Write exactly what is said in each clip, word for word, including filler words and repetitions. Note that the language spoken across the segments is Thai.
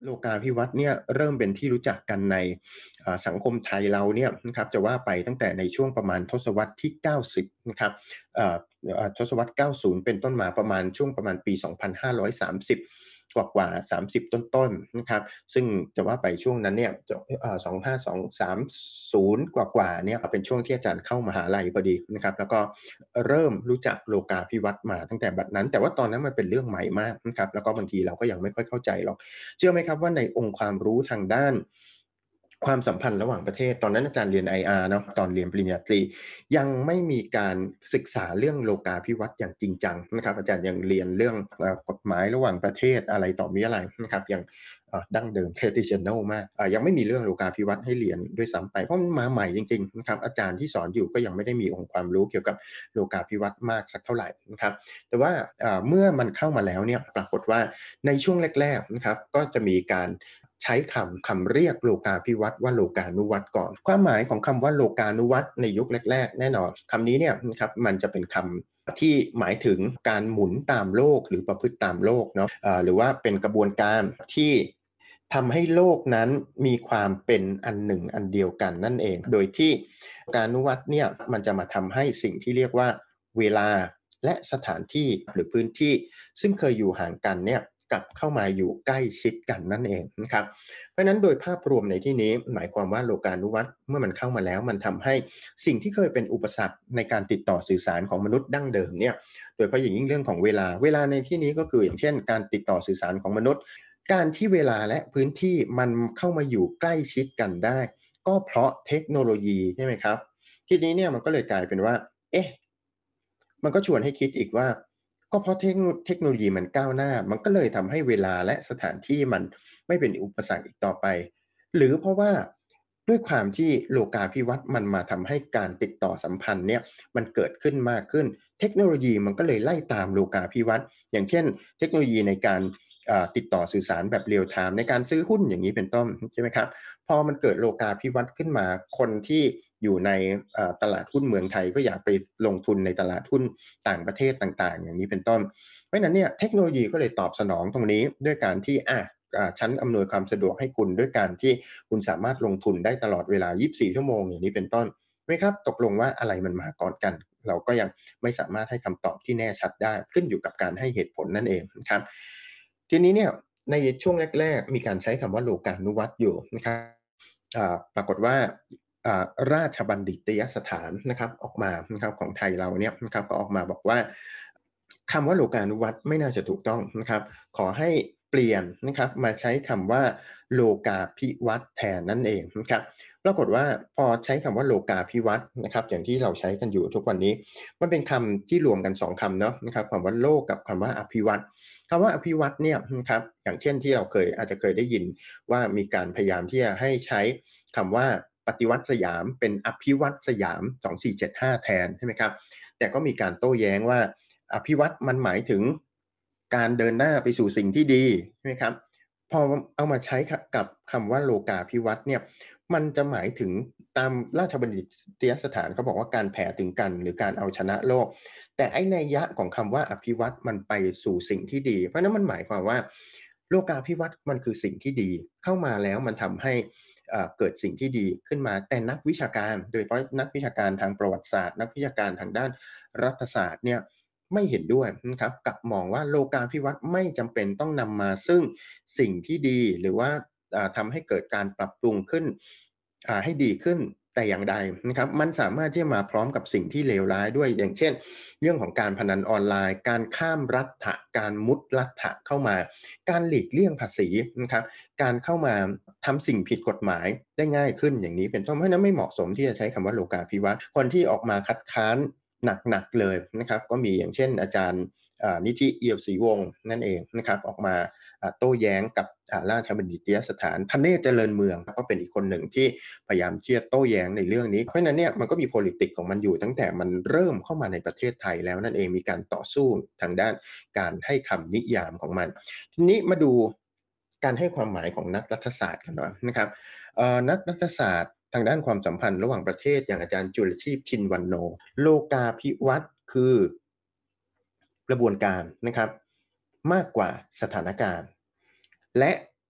โลกาภิวัตน์เนี่ยเริ่มเป็นที่รู้จักกันในอ่าสังคมไทยเราเนี่ยนะครับจะว่าไปตั้งแต่ในช่วงประมาณทศวรรษที่เก้าสิบนะครับเอ่อเอ่อทศวรรษเก้าสิบเป็นต้นมาประมาณช่วงประมาณปีสองพันห้าร้อยสามสิบกว่าๆสามสิบต้นๆนะครับซึ่งจะว่าไปช่วงนั้นเนี่ยจะเอ่อสองพันห้าร้อยสามสิบกว่าๆเนี่ยเป็นช่วงที่อาจารย์เข้ามหาลัยพอดีนะครับแล้วก็เริ่มรู้จักโลกาภิวัตน์มาตั้งแต่บัดนั้นแต่ว่าตอนนั้นมันเป็นเรื่องใหม่มากนะครับแล้วก็บางทีเราก็ยังไม่ค่อยเข้าใจหรอก เชื่อไหมครับว่าในองค์ความรู้ทางด้านความสัมพันธ์ระหว่างประเทศตอนนั้นอาจารย์เรียน ไอ อาร์ เนาะตอนเรียนปริญญาตรียังไม่มีการศึกษาเรื่องโลกาภิวัตน์อย่างจริงจังนะครับอาจารย์ยังเรียนเรื่องเอ่อกฎหมายระหว่างประเทศอะไรต่อมีอะไรนะครับยังเอ่อดั้งเดิม traditional มากอ่ายังไม่มีเรื่องโลกาภิวัตน์ให้เรียนด้วยซ้ำไปเพราะมันมาใหม่จริงๆนะครับอาจารย์ที่สอนอยู่ก็ยังไม่ได้มีองค์ความรู้เกี่ยวกับโลกาภิวัตน์มากสักเท่าไรนะครับแต่ว่าอ่าเมื่อมันเข้ามาแล้วเนี่ยปรากฏว่าในช่วงแรกๆนะครับก็จะมีการ ใช้คำคำเรียกโลกาภิวัตน์ว่าโลกานุวัตก่อนความหมายของคำว่าโลกานุวัตในยุคแรกๆแน่นอนคำนี้เนี่ยนะครับมันจะเป็นคำที่หมายถึงการหมุนตามโลกหรือประพฤติตามโลกเนาะหรือว่าเป็นกระบวนการที่ทำให้โลกนั้นมีความเป็นอันหนึ่งอันเดียวกันนั่นเองโดยที่การนุวัตเนี่ยมันจะมาทำให้สิ่งที่เรียกว่าเวลาและสถานที่หรือพื้นที่ซึ่งเคยอยู่ห่างกันเนี่ยกลับเข้ามาอยู่ใกล้ชิดกันนั่นเองนะครับเพราะฉะนั้นโดยภาพรวมในที่นี้หมายความว่าโลกานุวัตเมื่อมันเข้ามาแล้วมันทำให้สิ่งที่เคยเป็นอุปสรรคในการติดต่อสื่อสารของมนุษย์ดั้งเดิมเนี่ยโดยเฉพาะอย่างยิ่งเรื่องของเวลาเวลาในที่นี้ก็คืออย่างเช่นการติดต่อสื่อสารของมนุษย์การที่เวลาและพื้นที่มันเข้ามาอยู่ใกล้ชิดกันได้ก็เพราะเทคโนโลยีใช่ไหมครับทีนี้เนี่ยมันก็เลยกลายเป็นว่าเอ๊ะมันก็ชวนให้คิดอีกว่า ก็เพราะเทคโนเทคโนโลยีมันก้าวหน้ามันก็เลยทำให้เวลาและสถานที่มันไม่เป็นอุปสรรคอีกต่อไปหรือเพราะว่าด้วยความที่โลกาภิวัตน์มันมาทำให้การติดต่อสัมพันธ์เนี่ยมันเกิดขึ้นมากขึ้นเทคโนโลยีมันก็เลยไล่ตามโลกาภิวัตน์อย่างเช่นเทคโนโลยีในการอ่าติดต่อสื่อสารแบบเรียลไทม์ในการซื้อหุ้นอย่างนี้เป็นต้นใช่ไหมครับพอมันเกิดโลกาภิวัตน์ขึ้นมาคนที่อยู่ในอ่าตลาดหุ้นเมืองไทยก็อยากไปลงทุนในตลาดหุ้นต่างประเทศต่างๆอย่างนี้เป็นต้น เพราะฉะนั้นเนี่ยเทคโนโลยีก็เลยตอบสนองตรงนี้ด้วยการที่อ่ะอ่าฉันอำนวยความสะดวกให้คุณด้วยการที่คุณสามารถลงทุนได้ตลอดเวลายี่สิบสี่ชั่วโมงอย่างนี้เป็นต้นไหมครับตกลงว่าอะไรมันมาก่อนกันเราก็ยังไม่สามารถให้คำตอบที่แน่ชัดได้ขึ้นอยู่กับการให้เหตุผลนั่นเองนะครับทีนี้เนี่ยในช่วงแรกๆมีการใช้คำว่าโลกานุวัตอยู่นะครับอ่าปรากฏว่าอ่าราชบัณฑิตยสถานนะครับออกมานะครับของไทยเราเนี่ยนะครับก็ออกมาบอกว่า คำว่าโลกานุวัตไม่น่าจะถูกต้องนะครับขอให้เปลี่ยนนะครับมาใช้คำว่าโลกาภิวัตน์แทนนั่นเองนะครับปรากฏว่าพอใช้คำว่าโลกาภิวัตน์นะครับอย่างที่เราใช้กันอยู่ทุกวันนี้มันเป็นคำที่รวมกันสองคำเนาะนะครับคำว่าโลกกับคำว่าอภิวัตน์คำว่าอภิวัตน์เนี่ยนะครับอย่างเช่นที่เราเคยอาจจะเคยได้ยินว่ามีการพยายามที่จะให้ใช้คำว่าปฏิวัติสยามเป็นอภิวัตสยามสองสี่เจ็ดห้าแทนใช่ไหมครับแต่ก็มีการโต้แย้งว่า อภิวัตมันหมายถึงการเดินหน้าไปสู่สิ่งที่ดีใช่ไหมครับพอเอามาใช้กับคำว่าโลกาภิวัตน์เนี่ยมันจะหมายถึงตามราชบัณฑิตยสถานเขาบอกว่าการแผ่ถึงกันหรือการเอาชนะโลกแต่ไอ้นัยยะของคำว่าอภิวัตมันไปสู่สิ่งที่ดีเพราะนั้นมันหมายความว่าโลกาภิวัตน์มันคือสิ่งที่ดีเข้ามาแล้วมันทำให้เกิดสิ่งที่ดีขึ้นมาแต่นักวิชาการโดยเฉพาะนักวิชาการทางประวัติศาสตร์นักวิชาการทางด้านรัฐศาสตร์เนี่ย ไม่เห็นด้วยนะครับกับมองว่าโลกาภิวัตน์ไม่จำเป็นต้องนำมาซึ่งสิ่งที่ดีหรือว่าทำให้เกิดการปรับปรุงขึ้นให้ดีขึ้นแต่อย่างใดนะครับมันสามารถที่จะมาพร้อมกับสิ่งที่เลวร้ายด้วยอย่างเช่นเรื่องของการพนันออนไลน์การข้ามรัฐะการมุดรัฐะเข้ามาการหลีกเลี่ยงภาษีนะครับการเข้ามาทำสิ่งผิดกฎหมายได้ง่ายขึ้นอย่างนี้เป็นต้นเพราะนั้นไม่เหมาะสมที่จะใช้คำว่าโลกาภิวัตน์คนที่ออกมาคัดค้านหนักๆเลยนะครับก็มีอย่างเช่นอาจารย์นิธิเอี่ยวศรีวงศ์นั่นเองนะครับออกมาโต้แย้งกับราชบัณฑิตยสถานพระเนตรเจริญเมืองก็เป็นอีกคนหนึ่งที่พยายามที่จะโต้แย้งในเรื่องนี้เพราะฉะนั้นเนี่ยมันก็มี politics ของมันอยู่ตั้งแต่มันเริ่มเข้ามาในประเทศไทยแล้วนั่นเองมีการต่อสู้ทางด้านการให้คำนิยามของมันทีนี้มาดูการให้ความหมายของนักรัฐศาสตร์กันหน่อยนะครับนักรัฐศาสตร์ทางด้านความสัมพันธ์ระหว่างประเทศอย่างอาจารย์จุลชีพชินวรรณโนโลกาภิวัตน์คือกระบวนการนะครับมากกว่าสถานการณ์และ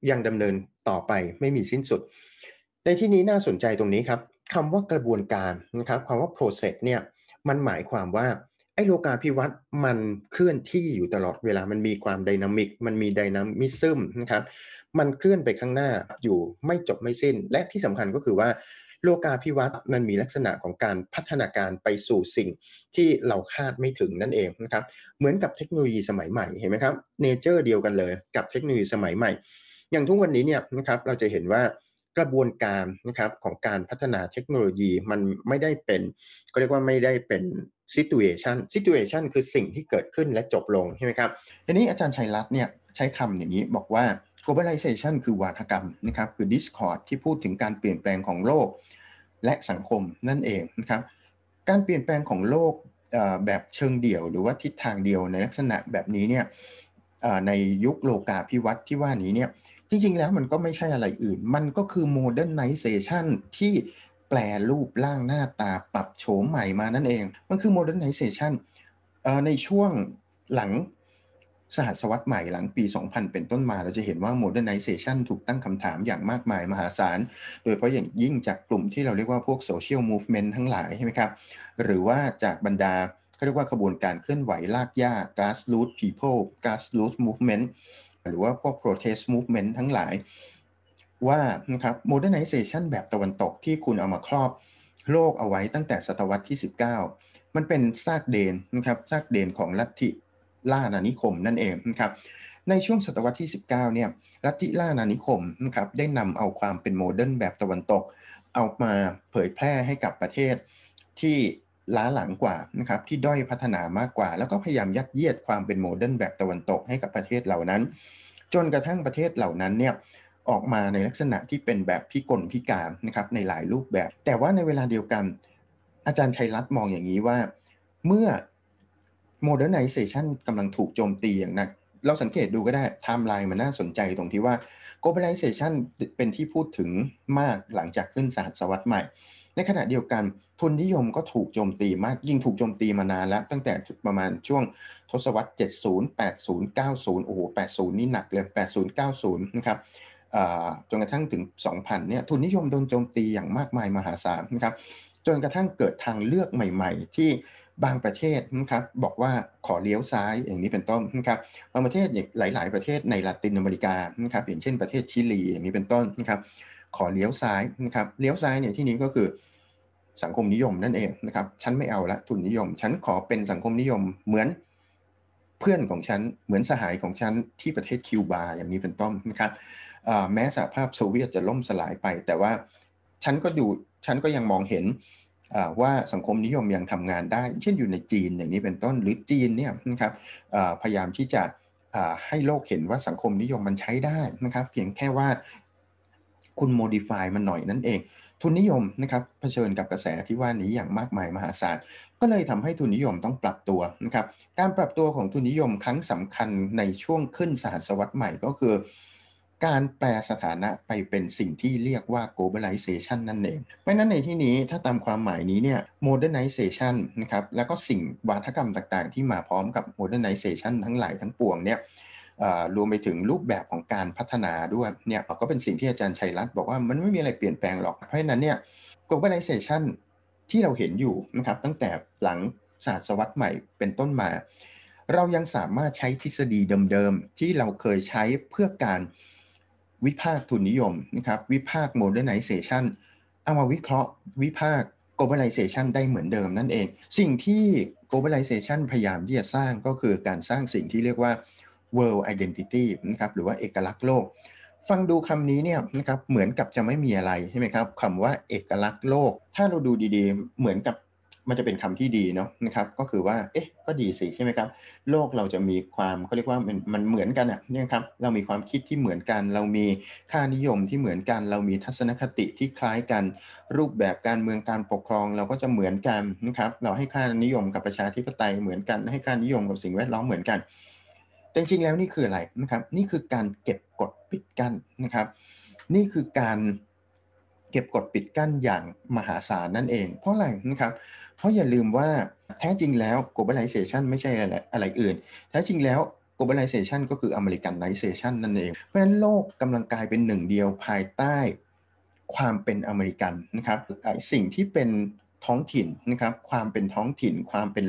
ยังดำเนินต่อไปไม่มีสิ้นสุดในที่นี้น่าสนใจตรงนี้ครับคำว่ากระบวนการนะครับคำว่า process เนี่ยมันหมายความว่าไอ้โลกาภิวัตน์มันเคลื่อนที่อยู่ตลอดเวลามันมีความ dynamic มันมี dynamism นะครับมันเคลื่อนไปข้างหน้าอยู่ไม่จบไม่สิ้นและที่สำคัญก็คือว่าโลกาภิวัตน์มันมีลักษณะของการพัฒนาการไปสู่สิ่งที่เราคาดไม่ถึงนั่นเองนะครับเหมือนกับเทคโนโลยีสมัยใหม่เห็นไหมครับเนเจอร์เดียวกันเลยกับเทคโนโลยีสมัยใหม่อย่างทุกวันนี้เนี่ยนะครับเราจะเห็นว่ากระบวนการนะครับของการพัฒนาเทคโนโลยีมันไม่ได้เป็นก็เรียกว่าไม่ได้เป็น situation situation คือสิ่งที่เกิดขึ้นและจบลงใช่ไหมครับทีนี้อาจารย์ชัยรัตน์เนี่ยใช้คำอย่างนี้บอกว่า globalization คือวาทกรรมนะครับคือ discourse ที่พูดถึงการเปลี่ยนแปลงของโลกและสังคมนั่นเองนะครับการเปลี่ยนแปลงของโลกแบบเชิงเดี่ยวหรือว่าทิศทางเดียวในลักษณะแบบนี้เนี่ยในยุคโลกาภิวัตน์ที่ว่านี้เนี่ยจริงๆแล้วมันก็ไม่ใช่อะไรอื่นมันก็คือ modernization ที่แปลรูปร่างหน้าตาปรับโฉมใหม่มานั่นเองมันคือ modernization ในช่วงหลังสหัสวรรษใหม่หลังปี สองพัน เป็นต้นมาเราจะเห็นว่า modernization ถูกตั้งคำถามอย่างมากมายมหาศาลโดยเฉพาะอย่างยิ่งจากกลุ่มที่เราเรียกว่าพวก social movement ทั้งหลายใช่ไหมครับหรือว่าจากบรรดาเขาเรียกว่าขบวนการเคลื่อนไหวลากหญ้า grassroots people grassroots movement หรือว่าพวก protest movement ทั้งหลายว่านะครับ modernization แบบตะวันตกที่คุณเอามาครอบโลกเอาไว้ตั้งแต่ศตวรรษที่สิบเก้ามันเป็นซากเดนนะครับซากเดนของลัทธิล่าอาณานิคมนั่นเองนะครับในช่วงศตวรรษที่สิบเก้าเนี่ยลัทธิล่าอาณานิคมนะครับได้นำเอาความเป็นโมเดิร์นแบบตะวันตกเอามาเผยแพร่ให้กับประเทศที่ล้าหลังกว่านะครับที่ด้อยพัฒนามากกว่าแล้วก็พยายามยัดเยียดความเป็นโมเดิร์นแบบตะวันตกให้กับประเทศเหล่านั้นจนกระทั่งประเทศเหล่านั้นเนี่ยออกมาในลักษณะที่เป็นแบบพิกลพิการนะครับในหลายรูปแบบแต่ว่าในเวลาเดียวกันอาจารย์ชัยรัตน์มองอย่างนี้ว่าเมื่อ modernization กำลังถูกโจมตีอย่างหนักเราสังเกตดูก็ได้ไทม์ไลน์มันน่าสนใจตรงที่ว่า globalization เป็นที่พูดถึงมากหลังจากขึ้นสหัสวรรษใหม่ในขณะเดียวกันทุนนิยมก็ถูกโจมตีมากยิ่งถูกโจมตีมานานแล้วตั้งแต่ประมาณช่วงทศวรรษเจ็ดสิบ แปดสิบ เก้าสิบโอ้โหแปดสิบนี่หนักเลยแปดสิบ เก้าสิบนะครับจนกระทั่งถึงสองพันเนี่ยทุนนิยมโดนโจมตีอย่างมากมายมหาศาลนะครับจนกระทั่งเกิดทางเลือกใหม่ๆที่บางประเทศนะครับบอกว่าขอเลี้ยวซ้ายอย่างนี้เป็นต้นนะครับบางประเทศอย่างหลายๆประเทศในลาตินอเมริกานะครับอย่างเช่นประเทศชิลีอย่างนี้เป็นต้นนะครับขอเลี้ยวซ้ายนะครับเลี้ยวซ้ายเนี่ยที่นี้ก็คือสังคมนิยมนั่นเองนะครับฉันไม่เอาละทุนนิยมฉันขอเป็นสังคมนิยมเหมือนเพื่อนของฉันเหมือนสหายของฉันที่ประเทศคิวบาอย่างนี้เป็นต้นนะครับแม้สหภาพโซเวียตจะล่มสลายไปแต่ว่าฉันก็ดูฉันก็ยังมองเห็นว่าสังคมนิยมยังทำงานได้เช่นอยู่ในจีนอย่างนี้เป็นต้นหรือจีนเนี่ยนะครับพยายามที่จะให้โลกเห็นว่าสังคมนิยมมันใช้ได้นะครับเพียงแค่ว่าคุณ modify มันหน่อยนั่นเองทุนนิยมนะครับเผชิญกับกระแสที่ว่านี้อย่างมากมายมหาศาลก็เลยทำให้ทุนนิยมต้องปรับตัวนะครับการปรับตัวของทุนนิยมครั้งสำคัญในช่วงขึ้นสหัสวรรษใหม่ก็คือการแปลสถานะไปเป็นสิ่งที่เรียกว่า globalization นั่นเองเพราะนั้นในที่นี้ถ้าตามความหมายนี้เนี่ย modernization นะครับแล้วก็สิ่งวาทกรรมต่างๆที่มาพร้อมกับ modernization ทั้งหลายทั้งปวงเนี่ยรวมไปถึงรูปแบบของการพัฒนาด้วยเนี่ยก็เป็นสิ่งที่อาจารย์ชัยรัตน์บอกว่ามันไม่มีอะไรเปลี่ยนแปลงหรอกเพราะฉะนั้นเนี่ย globalization ที่เราเห็นอยู่นะครับตั้งแต่หลังศตวรรษใหม่เป็นต้นมาเรายังสามารถใช้ทฤษฎีเดิมๆที่เราเคยใช้เพื่อการวิพากษ์ทุนนิยมนะครับวิพากษ์ modernization เอามาวิเคราะห์วิพากษ์ globalization ได้เหมือนเดิมนั่นเองสิ่งที่ globalization พยายามที่จะสร้างก็คือการสร้างสิ่งที่เรียกว่า world identity นะครับหรือว่าเอกลักษณ์โลกฟังดูคำนี้เนี่ยนะครับเหมือนกับจะไม่มีอะไรใช่ไหมครับคำว่าเอกลักษณ์โลกถ้าเราดูดีๆเหมือนกับมันจะเป็นคำที่ดีเนาะนะครับก็คือว่าเอ๊ะก็ดีสิใช่ไหมครับโลกเราจะมีความเขาเรียกว่ามันมันเหมือนกันอ่ะเนี่ยครับเรามีความคิดที่เหมือนกันเรามีค่านิยมที่เหมือนกันเรามีทัศนคติที่คล้ายกันรูปแบบการเมืองการปกครองเราก็จะเหมือนกันนะครับเราให้ค่านิยมกับประชาธิปไตยเหมือนกันให้ค่านิยมกับสิ่งแวดล้อมเหมือนกันแต่จริงๆแล้วนี่คืออะไรนะครับนี่คือการเก็บกดปิดกั้นนะครับนี่คือการเก็บกดปิดกั้นอย่างมหาศาลนั่นเองเพราะอะไรนะครับเพราะอย่าลืมว่าแท้จริงแล้ว globalization ไม่ใช่อะไรอะไรอื่นแท้จริงแล้ว globalization ก็คือ Americanization นั่นเองเพราะฉะนั้นโลกกำลังกลายเป็นหนึ่งเดียวภายใต้ความเป็นอเมริกันนะครับสิ่งที่เป็นท้องถิ่นนะครับความเป็นท้องถิ่นความเป็น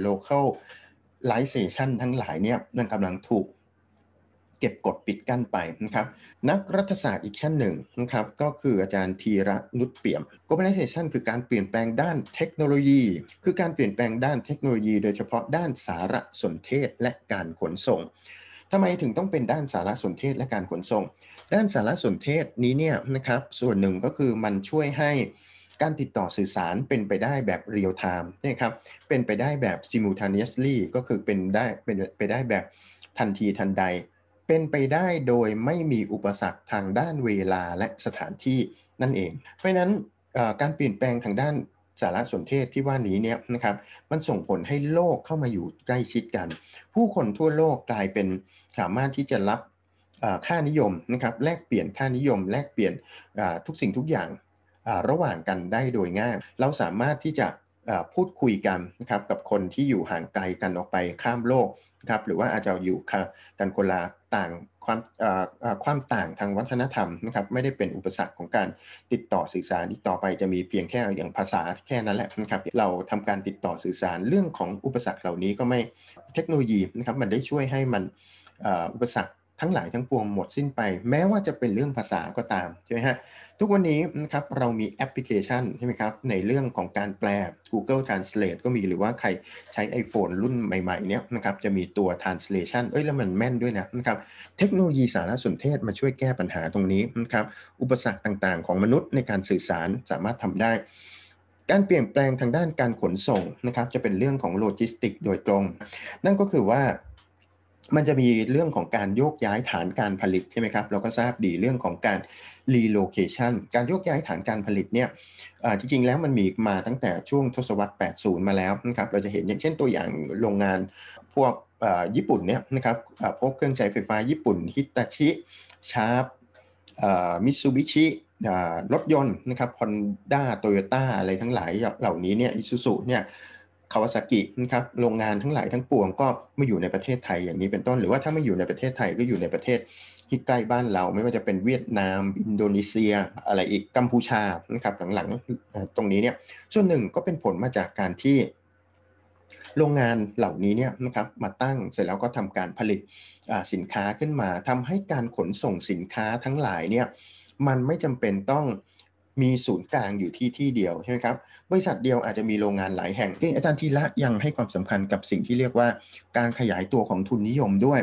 localization ทั้งหลายเนี่ยมันกำลังถูกเก็บกดปิดกั้นไปนะครับนักรัฐศาสตร์อีกชั้นหนึ่งนะครับก็คืออาจารย์ธีระนุชเปี่ยม globalization คือการเปลี่ยนแปลงด้านเทคโนโลยีคือการเปลี่ยนแปลงด้านเทคโนโลยีโดยเฉพาะด้านสารสนเทศและการขนส่งทำไมถึงต้องเป็นด้านสารสนเทศและการขนส่งด้านสารสนเทศนี้เนี่ยนะครับส่วนหนึ่งก็คือมันช่วยให้การติดต่อสื่อสารเป็นไปได้แบบเรียลไทม์นะครับเป็นไปได้แบบ simultaneously ก็คือเป็นได้เป็นไปได้แบบทันทีทันใดเป็นไปได้โดยไม่มีอุปสรรคทางด้านเวลาและสถานที่นั่นเองเพราะฉะนั้นการเปลี่ยนแปลงทางด้านสารสนเทศที่ว่านี้เนี่ยนะครับมันส่งผลให้โลกเข้ามาอยู่ใกล้ชิดกันผู้คนทั่วโลกกลายเป็นสามารถที่จะรับค่านิยมนะครับแลกเปลี่ยนค่านิยมแลกเปลี่ยนทุกสิ่งทุกอย่างระหว่างกันได้โดยง่ายเราสามารถที่จะพูดคุยกันนะครับกับคนที่อยู่ห่างไกลกันออกไปข้ามโลกนะครับหรือว่าอาจจะอยู่กันคนละต่างความความต่างทางวัฒนธรรมนะครับไม่ได้เป็นอุปสรรคของการติดต่อสื่อสารอีกต่อไปจะมีเพียงแค่อย่างภาษาแค่นั้นแหละนะครับเราทำการติดต่อสื่อสารเรื่องของอุปสรรคเหล่านี้ก็ไม่เทคโนโลยีนะครับมันได้ช่วยให้มันอุปสรรคทั้งหลายทั้งปวงหมดสิ้นไปแม้ว่าจะเป็นเรื่องภาษาก็ตามใช่ไหมฮะทุกวันนี้นะครับเรามีแอปพลิเคชันใช่ไหมครับในเรื่องของการแปล Google Translate ก็มีหรือว่าใครใช้ iPhone รุ่นใหม่ๆเนี้ยนะครับจะมีตัว translation เอ้ยแล้วมันแม่นด้วยนะนะครับเทคโนโลยีสารสนเทศมาช่วยแก้ปัญหาตรงนี้นะครับอุปสรรคต่างๆของมนุษย์ในการสื่อสารสามารถทำได้การเปลี่ยนแปลงทางด้านการขนส่งนะครับจะเป็นเรื่องของโลจิสติกโดยตรงนั่นก็คือว่ามันจะมีเรื่องของการโยกย้ายฐานการผลิตใช่ไหมครับเราก็ทราบดีเรื่องของการ relocation การโยกย้ายฐานการผลิตเนี่ยจริงๆแล้วมันมีมาตั้งแต่ช่วงทศวรรษแปดสิบมาแล้วนะครับเราจะเห็นอย่างเช่นตัวอย่างโรงงานพวกญี่ปุ่นเนี่ยนะครับพวกเครื่องใช้ไฟฟ้าญี่ปุ่นฮิตาชิชาร์ปมิตซูบิชิรถยนต์นะครับฮอนด้าโตโยต้าอะไรทั้งหลายเหล่านี้เนี่ยอิซูซุเนี่ยคาวาซากินะครับโรงงานทั้งหลายทั้งปวงก็มาอยู่ในประเทศไทยอย่างนี้เป็นต้นหรือว่าถ้าไม่อยู่ในประเทศไทยก็อยู่ในประเทศที่ใกล้บ้านเราไม่ว่าจะเป็นเวียดนามอินโดนีเซียอะไรอีกกัมพูชานะครับหลังๆตรงนี้เนี่ยส่วนหนึ่งก็เป็นผลมาจากการที่โรงงานเหล่านี้เนี่ยนะครับมาตั้งเสร็จแล้วก็ทำการผลิตสินค้าขึ้นมาทำให้การขนส่งสินค้าทั้งหลายเนี่ยมันไม่จำเป็นต้องมีศูนย์กลางอยู่ที่ที่เดียวใช่ไหมครับบริษัทเดียวอาจจะมีโรงงานหลายแห่งที่อาจารย์ธีระยังให้ความสำคัญกับสิ่งที่เรียกว่าการขยายตัวของทุนนิยมด้วย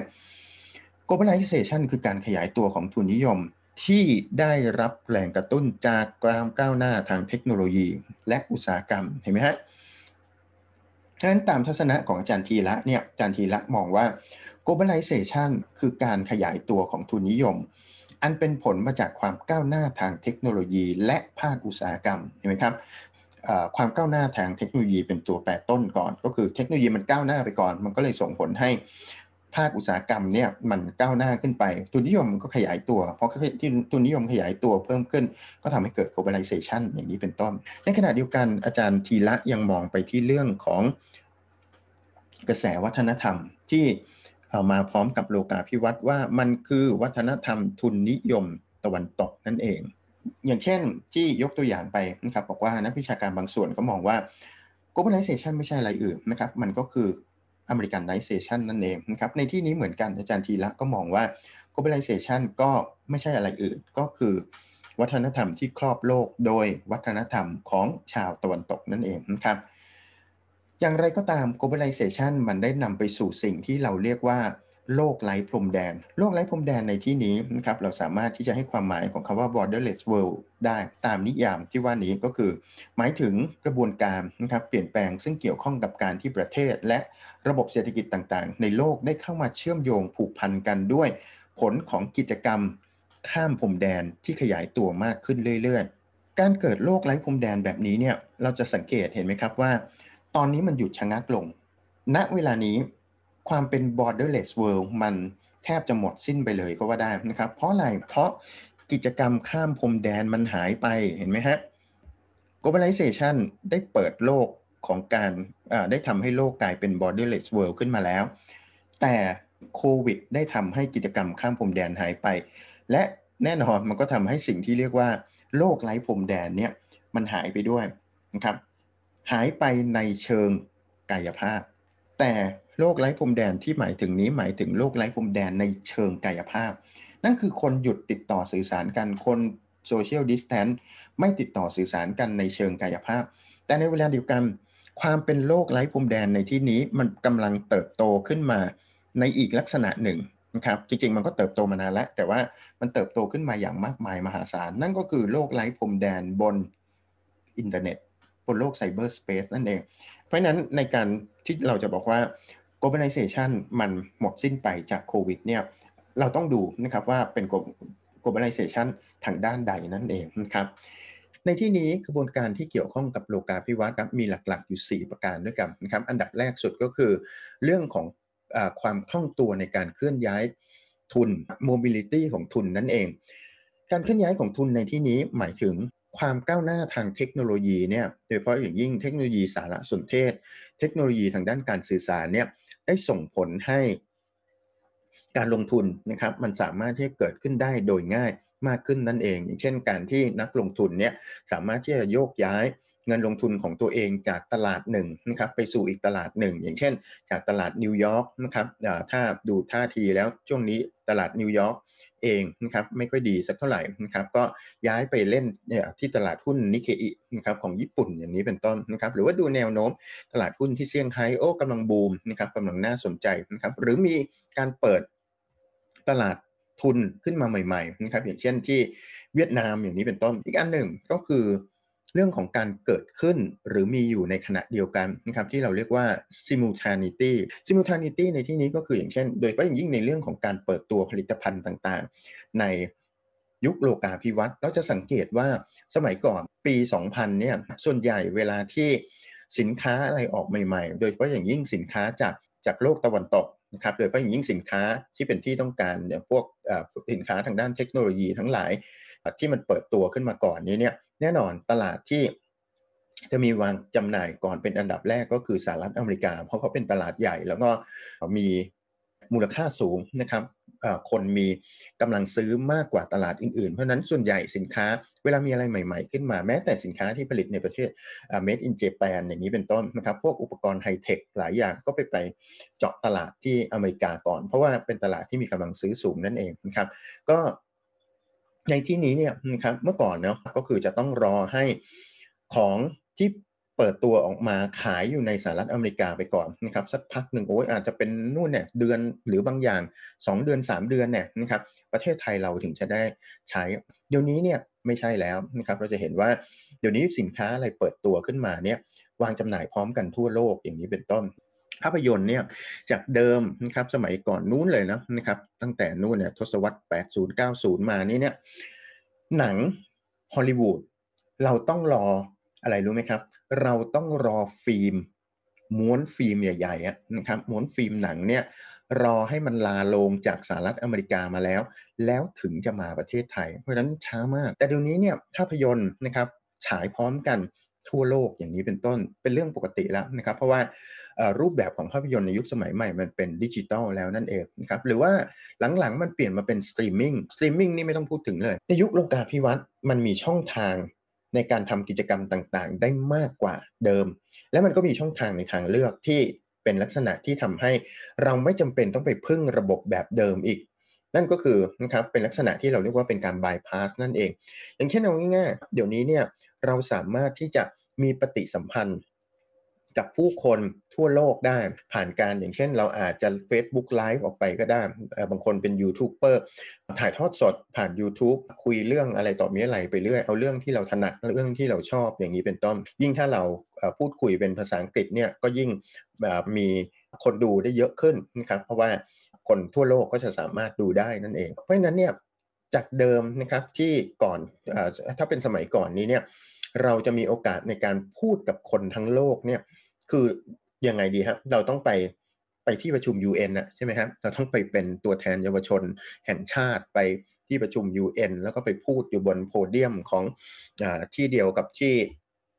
globalization คือการขยายตัวของทุนนิยมที่ได้รับแรงกระตุ้นจากความก้าวหน้าทางเทคโนโลยีและอุตสาหกรรมเห็นไหมฮะฉะนั้นตามทัศนะของอาจารย์ธีระเนี่ยอาจารย์ธีระมองว่า globalization คือการขยายตัวของทุนนิยมอันเป็นผลมาจากความก้าวหน้าทางเทคโนโลยีและภาคอุตสาหกรรมเห็นไหมครับความก้าวหน้าทางเทคโนโลยีเป็นตัวแปรต้นก่อนก็คือเทคโนโลยีมันก้าวหน้าไปก่อนมันก็เลยส่งผลให้ภาคอุตสาหกรรมเนี่ยมันก้าวหน้าขึ้นไปทุนนิยมก็ขยายตัวเพราะที่ทุนนิยมขยายตัวเพิ่มขึ้นก็ทำให้เกิด globalization อย่างนี้เป็นต้นในขณะเดียวกันอาจารย์ธีระยังมองไปที่เรื่องของกระแสวัฒนธรรมที่เอามาพร้อมกับโลกาภิวัตน์ว่ามันคือวัฒนธรรมทุนนิยมตะวันตกนั่นเองอย่างเช่นที่ยกตัวอย่างไปนะครับบอกว่านักวิชาการบางส่วนก็มองว่า globalization ไม่ใช่อะไรอื่นนะครับมันก็คือ Americanization นั่นเองนะครับในที่นี้เหมือนกันอาจารย์ธีระก็มองว่า globalization ก็ไม่ใช่อะไรอื่นก็คือวัฒนธรรมที่ครอบโลกโดยวัฒนธรรมของชาวตะวันตกนั่นเองนะครับอย่างไรก็ตาม globalization มันได้นำไปสู่สิ่งที่เราเรียกว่าโลกไร้พรมแดนโลกไร้พรมแดนในที่นี้นะครับเราสามารถที่จะให้ความหมายของคำว่า borderless world ได้ตามนิยามที่ว่านี้ก็คือหมายถึงกระบวนการนะครับเปลี่ยนแปลงซึ่งเกี่ยวข้องกับการที่ประเทศและระบบเศรษฐกิจต่างๆในโลกได้เข้ามาเชื่อมโยงผูกพันกันด้วยผลของกิจกรรมข้ามพรมแดนที่ขยายตัวมากขึ้นเรื่อยๆการเกิดโลกไร้พรมแดนแบบนี้เนี่ยเราจะสังเกตเห็นไหมครับว่าตอนนี้มันหยุดชะงักลงณเวลานี้ความเป็น borderless world มันแทบจะหมดสิ้นไปเลยก็ว่าได้นะครับเพราะอะไรเพราะกิจกรรมข้ามพรมแดนมันหายไปเห็นไหมฮะ globalization ได้เปิดโลกของการได้ทำให้โลกกลายเป็น borderless world ขึ้นมาแล้วแต่โควิดได้ทำให้กิจกรรมข้ามพรมแดนหายไปและแน่นอนมันก็ทำให้สิ่งที่เรียกว่าโลกไร้พรมแดนเนี่ยมันหายไปด้วยนะครับหายไปในเชิงกายภาพแต่โลกไร้พรมแดนที่หมายถึงนี้หมายถึงโลกไร้พรมแดนในเชิงกายภาพนั่นคือคนหยุดติดต่อสื่อสารกันคนโซเชียลดิสแทนซ์ไม่ติดต่อสื่อสารกันในเชิงกายภาพแต่ในเวลาเดียวกันความเป็นโลกไร้พรมแดนในที่นี้มันกำลังเติบโตขึ้นมาในอีกลักษณะหนึ่งนะครับจริงๆมันก็เติบโตมานานแล้วแต่ว่ามันเติบโตขึ้นมาอย่างมากมายมหาศาลนั่นก็คือโลกไร้พรมแดนบนอินเทอร์เน็ตบนโลกไซเบอร์สเปซนั่นเองเพราะฉะนั้นในการที่เราจะบอกว่า globalization มันหมดสิ้นไปจากโควิดเนี่ยเราต้องดูนะครับว่าเป็น globalization ทางด้านใดนั่นเองนะครับในที่นี้กระบวนการที่เกี่ยวข้องกับโลกาภิวัตน์ครับมีหลักๆอยู่สี่ประการด้วยกันนะครับอันดับแรกสุดก็คือเรื่องของความคล่องตัวในการเคลื่อนย้ายทุน mobility ของทุนนั่นเองการเคลื่อนย้ายของทุนในที่นี้หมายถึงความก้าวหน้าทางเทคโนโลยีเนี่ยโดยเฉพาะอย่างยิ่งเทคโนโลยีสารสนเทศเทคโนโลยีทางด้านการสื่อสารเนี่ยได้ส่งผลให้การลงทุนนะครับมันสามารถที่จะเกิดขึ้นได้โดยง่ายมากขึ้นนั่นเองอย่างเช่นการที่นักลงทุนเนี่ยสามารถที่จะโยกย้ายเงินลงทุนของตัวเองจากตลาดหนึ่งนะครับไปสู่อีกตลาดหนึ่งอย่างเช่นจากตลาดนิวยอร์กนะครับถ้าดูท่าทีแล้วช่วงนี้ตลาดนิวยอร์กเองนะครับไม่ค่อยดีสักเท่าไหร่นะครับก็ย้ายไปเล่นที่ตลาดหุ้นนิเคอินะครับของญี่ปุ่นอย่างนี้เป็นต้นนะครับหรือว่าดูแนวโน้มตลาดหุ้นที่เซี่ยงไฮ้โอ้กำลังบูมนะครับกำลังน่าสนใจนะครับหรือมีการเปิดตลาดทุนขึ้นมาใหม่ๆนะครับอย่างเช่นที่เวียดนามอย่างนี้เป็นต้นอีกอันหนึ่งก็คือเรื่องของการเกิดขึ้นหรือมีอยู่ในขณะเดียวกันนะครับที่เราเรียกว่า simultaneity simultaneity ในที่นี้ก็คืออย่างเช่นโดยเฉพาะอย่างยิ่งในเรื่องของการเปิดตัวผลิตภัณฑ์ต่างๆในยุคโลกาภิวัตน์เราจะสังเกตว่าสมัยก่อนปีสองพันเนี่ยส่วนใหญ่เวลาที่สินค้าอะไรออกใหม่ๆโดยเฉพาะอย่างยิ่งสินค้าจากจากโลกตะวันตกนะครับโดยเฉพาะอย่างยิ่งสินค้าที่เป็นที่ต้องการเนี่ยพวกสินค้าทางด้านเทคโนโลยีทั้งหลายที่มันเปิดตัวขึ้นมาก่อนนี้เนี่ยแน่นอนตลาดที่จะมีวางจำหน่ายก่อนเป็นอันดับแรกก็คือสหรัฐอเมริกาเพราะเขาเป็นตลาดใหญ่แล้วก็มีมูลค่าสูงนะครับคนมีกำลังซื้อมากกว่าตลาดอื่นๆเพราะนั้นส่วนใหญ่สินค้าเวลามีอะไรใหม่ๆขึ้นมาแม้แต่สินค้าที่ผลิตในประเทศ made in Japan อย่างนี้เป็นต้นนะครับพวกอุปกรณ์ไฮเทคหลายอย่างก็ไปไปเจาะตลาดที่อเมริกาก่อนเพราะว่าเป็นตลาดที่มีกำลังซื้อสูงนั่นเองนะครับก็ในที่นี้เนี่ยนะครับเมื่อก่อนเนาะก็คือจะต้องรอให้ของที่เปิดตัวออกมาขายอยู่ในสหรัฐอเมริกาไปก่อนนะครับสักพักหนึ่งโอ้ยอาจจะเป็นนู่นเนี่ยเดือนหรือบางอย่างสองเดือนสามเดือนเนี่ยนะครับประเทศไทยเราถึงจะได้ใช้เดี๋ยวนี้เนี่ยไม่ใช่แล้วนะครับเราจะเห็นว่าเดี๋ยวนี้สินค้าอะไรเปิดตัวขึ้นมาเนี่ยวางจำหน่ายพร้อมกันทั่วโลกอย่างนี้เป็นต้นภาพยนตร์เนี่ยจากเดิมนะครับสมัยก่อนนู้นเลยนะนะครับตั้งแต่นู้นเนี่ยทศวรรษแปดสิบ เก้าสิบมานี่เนี่ยหนังฮอลลีวูดเราต้องรออะไรรู้ไหมครับเราต้องรอฟิล์มม้วนฟิล์มใหญ่ๆนะครับม้วนฟิล์มหนังเนี่ยรอให้มันลาโลงจากสหรัฐอเมริกามาแล้วแล้วถึงจะมาประเทศไทยเพราะฉะนั้นช้ามากแต่เดี๋ยวนี้เนี่ยภาพยนตร์นะครับฉายพร้อมกันทั่วโลกอย่างนี้เป็นต้นเป็นเรื่องปกติแล้วนะครับเพราะว่ารูปแบบของภาพยนตร์ในยุคสมัยใหม่มันเป็นดิจิทัลแล้วนั่นเองนะครับหรือว่าหลังๆมันเปลี่ยนมาเป็นสตรีมมิ่งสตรีมมิ่งนี่ไม่ต้องพูดถึงเลยในยุคโลกาภิวัตน์มันมีช่องทางในการทำกิจกรรมต่างๆได้มากกว่าเดิมและมันก็มีช่องทางในทางเลือกที่เป็นลักษณะที่ทำให้เราไม่จำเป็นต้องไปพึ่งระบบแบบเดิมอีกนั่นก็คือนะครับเป็นลักษณะที่เราเรียกว่าเป็นการ bypass นั่นเองอย่างเช่นเอาง่ายๆเดี๋ยวนี้เนี่ยเราสามารถที่จะมีปฏิสัมพันธ์กับผู้คนทั่วโลกได้ผ่านการอย่างเช่นเราอาจจะ Facebook Live ออกไปก็ได้บางคนเป็นยูทูบเบอร์ถ่ายทอดสดผ่าน YouTube คุยเรื่องอะไรต่อมีอะไรไปเรื่อยเอาเรื่องที่เราถนัดเรื่องที่เราชอบอย่างนี้เป็นต้นยิ่งถ้าเราพูดคุยเป็นภาษาอังกฤษเนี่ยก็ยิ่งมีคนดูได้เยอะขึ้นนะครับเพราะว่าคนทั่วโลกก็จะสามารถดูได้นั่นเองเพราะฉะนั้นเนี่ยจากเดิมนะครับที่ก่อนถ้าเป็นสมัยก่อนนี้เนี่ยเราจะมีโอกาสในการพูดกับคนทั้งโลกเนี่ยคือยังไงดีครับเราต้องไปไปที่ประชุม ยู เอ็น น่ะใช่ไหมครับเราต้องไปเป็นตัวแทนเยาวชนแห่งชาติไปที่ประชุม ยู เอ็น แล้วก็ไปพูดอยู่บนโพเดียมของอ่าที่เดียวกับที่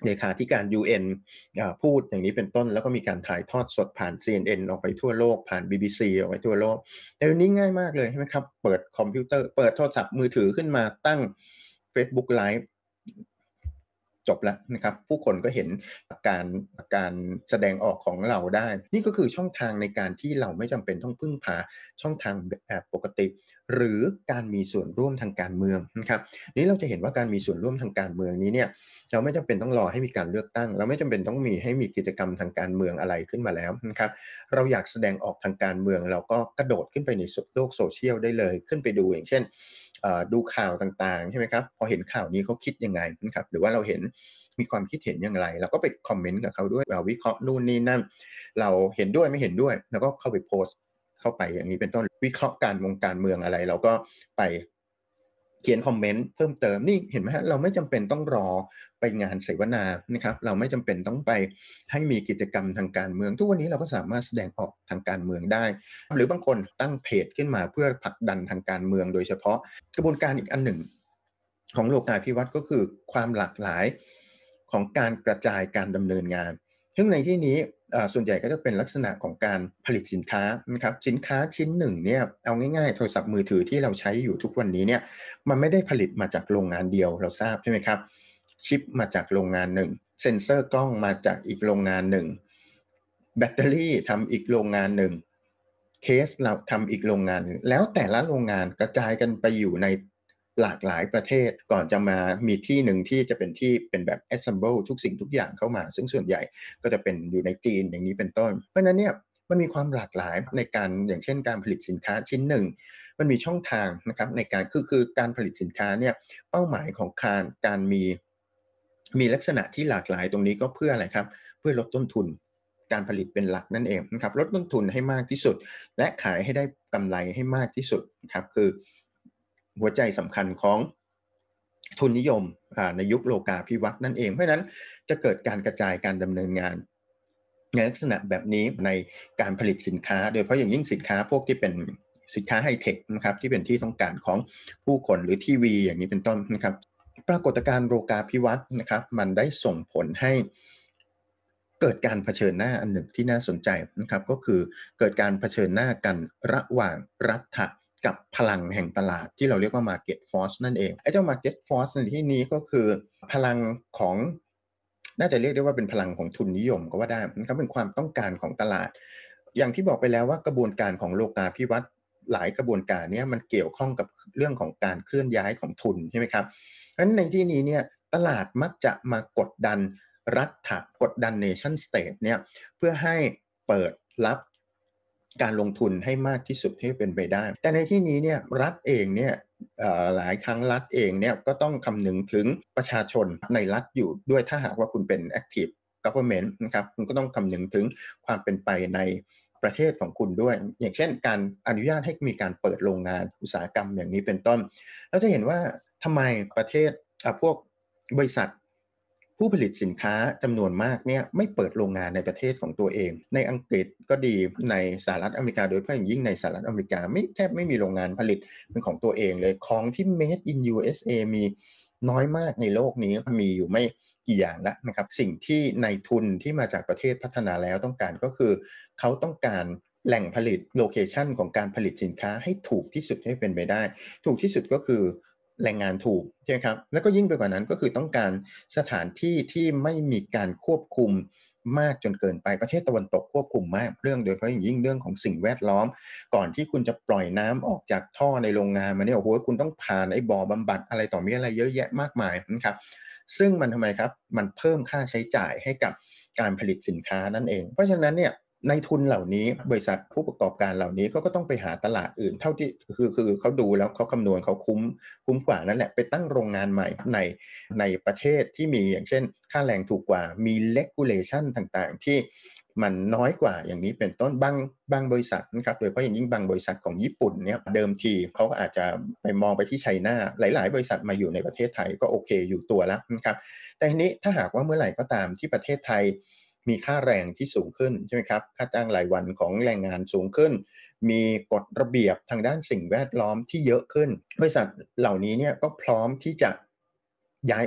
เลขาธิการ ยู เอ็น อ่าพูดอย่างนี้เป็นต้นแล้วก็มีการถ่ายทอดสดผ่าน ซี เอ็น เอ็น ออกไปทั่วโลกผ่าน บี บี ซี ออกไปทั่วโลกแต่เดี๋ยวนี้ง่ายมากเลยใช่ไหมครับเปิดคอมพิวเตอร์เปิดโทรศัพท์มือถือขึ้นมาตั้งเฟซบุ๊กไลฟ์จบแล้วนะครับผู้คนก็เห็นการการแสดงออกของเราได้นี่ก็คือช่องทางในการที่เราไม่จำเป็นต้องพึ่งพาช่องทางแบบปกติหรือการมีส่วนร่วมทางการเมืองนะครับนี้เราจะเห็นว่าการมีส่วนร่วมทางการเมืองนี้เนี่ยเราไม่จำเป็นต้องรอให้มีการเลือกตั้งเราไม่จำเป็นต้องมีให้มีกิจกรรมทางการเมืองอะไรขึ้นมาแล้วนะครับเราอยากแสดงออกทางการเมืองเราก็กระโดดขึ้นไปในโลกโซเชียลได้เลยขึ้นไปดูอย่างเช่นดูข่าวต่างๆใช่ไหมครับพอเห็นข่าวนี้เขาคิดยังไงนะครับหรือว่าเราเห็นมีความคิดเห็นอย่างไรเราก็ไปคอมเมนต์กับเขาด้วยวิเคราะห์นู่นนี่นั่นเราเห็นด้วยไม่เห็นด้วยแล้วก็เข้าไปโพสต์เข้าไปอย่างนี้เป็นต้นวิเคราะห์การวงการเมืองอะไรเราก็ไปเขียนคอมเมนต์เพิ่มเติมนี่เห็นไหมฮะเราไม่จำเป็นต้องรอไปงานเสวนานะครับเราไม่จำเป็นต้องไปให้มีกิจกรรมทางการเมืองทุกวันนี้เราก็สามารถแสดงออกทางการเมืองได้หรือบางคนตั้งเพจขึ้นมาเพื่อผลักดันทางการเมืองโดยเฉพาะกระบวนการอีกอันหนึ่งของโลกาภิวัตน์ก็คือความหลากหลายของการกระจายการดำเนินงานซึ่งในที่นี้ส่วนใหญ่ก็จะเป็นลักษณะของการผลิตสินค้านะครับสินค้าชิ้นหนึ่งเนี่ยเอาง่ายๆโทรศัพท์มือถือที่เราใช้อยู่ทุกวันนี้เนี่ยมันไม่ได้ผลิตมาจากโรงงานเดียวเราทราบใช่ไหมครับชิปมาจากโรงงานหนึ่งเซ็นเซอร์กล้องมาจากอีกโรงงานหนึ่งแบตเตอรี่ทำอีกโรงงานหนึ่งเคสเราทำอีกโรงงานหนึ่งแล้วแต่ละโรงงานกระจายกันไปอยู่ในหลากหลายประเทศก่อนจะมามีที่หนึ่งที่จะเป็นที่เป็นแบบ assemble ทุกสิ่งทุกอย่างเข้ามาซึ่งส่วนใหญ่ก็จะเป็นอยู่ในจีนอย่างนี้เป็นต้นเพราะฉะนั้นเนี่ยมันมีความหลากหลายในการอย่างเช่นการผลิตสินค้าชิ้นหนึ่งมันมีช่องทางนะครับในการคือคือการผลิตสินค้าเนี่ยเป้าหมายของการการมีมีลักษณะที่หลากหลายตรงนี้ก็เพื่ออะไรครับเพื่อลดต้นทุนการผลิตเป็นหลักนั่นเองนะครับลดต้นทุนให้มากที่สุดและขายให้ได้กำไรให้มากที่สุดนะครับคือหัวใจสำคัญของทุนนิยมในยุคโลกาภิวัตน์นั่นเองเพราะฉะนั้นจะเกิดการกระจายการดำเนินงานในลักษณะแบบนี้ในการผลิตสินค้าโดยเฉพาะอย่างยิ่งสินค้าพวกที่เป็นสินค้าไฮเทคนะครับที่เป็นที่ต้องการของผู้คนหรือทีวีอย่างนี้เป็นต้นนะครับปรากฏการณ์โลกาภิวัตน์นะครับมันได้ส่งผลให้เกิดการเผชิญหน้าอันหนึ่งที่น่าสนใจนะครับก็คือเกิดการเผชิญหน้ากันระหว่างรัฐกับพลังแห่งตลาดที่เราเรียกว่า Market Force นั่นเองไอ้เจ้า Market Force ในที่นี้ก็คือพลังของน่าจะเรียกได้ว่าเป็นพลังของทุนนิยมก็ว่าได้นะครับเป็นความต้องการของตลาดอย่างที่บอกไปแล้วว่ากระบวนการของโลกาภิวัตน์หลายกระบวนการนี้มันเกี่ยวข้องกับเรื่องของการเคลื่อนย้ายของทุนใช่ไหมครับเพราะฉะนั้นในที่นี้เนี่ยตลาดมักจะมากดดันรัฐกดดัน Nation State เนี่ยเพื่อให้เปิดรับการลงทุนให้มากที่สุดให้เป็นไปได้แต่ในที่นี้เนี่ยรัฐเองเนี่ยหลายครั้งรัฐเองเนี่ยก็ต้องคำนึงถึงประชาชนในรัฐอยู่ด้วยถ้าหากว่าคุณเป็น Active Government นะครับคุณก็ต้องคำนึงถึงความเป็นไปในประเทศของคุณด้วยอย่างเช่นการอนุญาตให้มีการเปิดโรงงานอุตสาหกรรมอย่างนี้เป็นต้นเราจะเห็นว่าทำไมประเทศพวกบริษัทผู้ผลิตสินค้าจำนวนมากเนี่ยไม่เปิดโรงงานในประเทศของตัวเองในอังกฤษก็ดีในสหรัฐอเมริกาโดยเฉพาะอย่างยิ่งในสหรัฐอเมริกาไม่แทบไม่มีโรงงานผลิตเป็นของตัวเองเลยของที่ made in ยู เอส เอ มีน้อยมากในโลกนี้มีอยู่ไม่กี่อย่างแล้วนะครับสิ่งที่ในทุนที่มาจากประเทศพัฒนาแล้วต้องการก็คือเขาต้องการแหล่งผลิตโลเคชันของการผลิตสินค้าให้ถูกที่สุดให้เป็นไปได้ถูกที่สุดก็คือแรงงานถูกใช่ไหมครับแล้วก็ยิ่งไปกว่านั้นก็คือต้องการสถานที่ที่ไม่มีการควบคุมมากจนเกินไปประเทศตะวันตกควบคุมมากเรื่องโดยเฉพาะอย่างยิ่งเรื่องของสิ่งแวดล้อมก่อนที่คุณจะปล่อยน้ำออกจากท่อในโรงงานมาเนี่ยโอ้โหคุณต้องผ่านไอ้บ่อบำบัดอะไรต่อมีอะไรเยอะแยะมากมายนะครับซึ่งมันทำไมครับมันเพิ่มค่าใช้จ่ายให้กับการผลิตสินค้านั่นเองเพราะฉะนั้นเนี่ยในทุนเหล่านี้บริษัทผู้ประกอบการเหล่านี้ก็ก็ต้องไปหาตลาดอื่นเท่าที่คือคือเขาดูแล้วเขาคำนวณเขาคุ้มคุ้มกว่านั่นแหละไปตั้งโรงงานใหม่ในในประเทศที่มีอย่างเช่นค่าแรงถูกกว่ามี regulation ต่างๆที่มันน้อยกว่าอย่างนี้เป็นต้นบางบางบริษัทนะครับโดยเฉพาะอย่างยิ่งบางบริษัทของญี่ปุ่นเนี่ยเดิมทีเขาก็อาจจะไปมองไปที่ไชน่าหลายๆบริษัทมาอยู่ในประเทศไทยก็โอเคอยู่ตัวแล้วนะครับแต่ทีนี้ถ้าหากว่าเมื่อไหร่ก็ตามที่ประเทศไทยมีค่าแรงที่สูงขึ้นใช่ไหมครับค่าจ้างรายวันของแรงงานสูงขึ้นมีกฎระเบียบทางด้านสิ่งแวดล้อมที่เยอะขึ้นบริษัทเหล่านี้เนี่ยก็พร้อมที่จะย้ายออก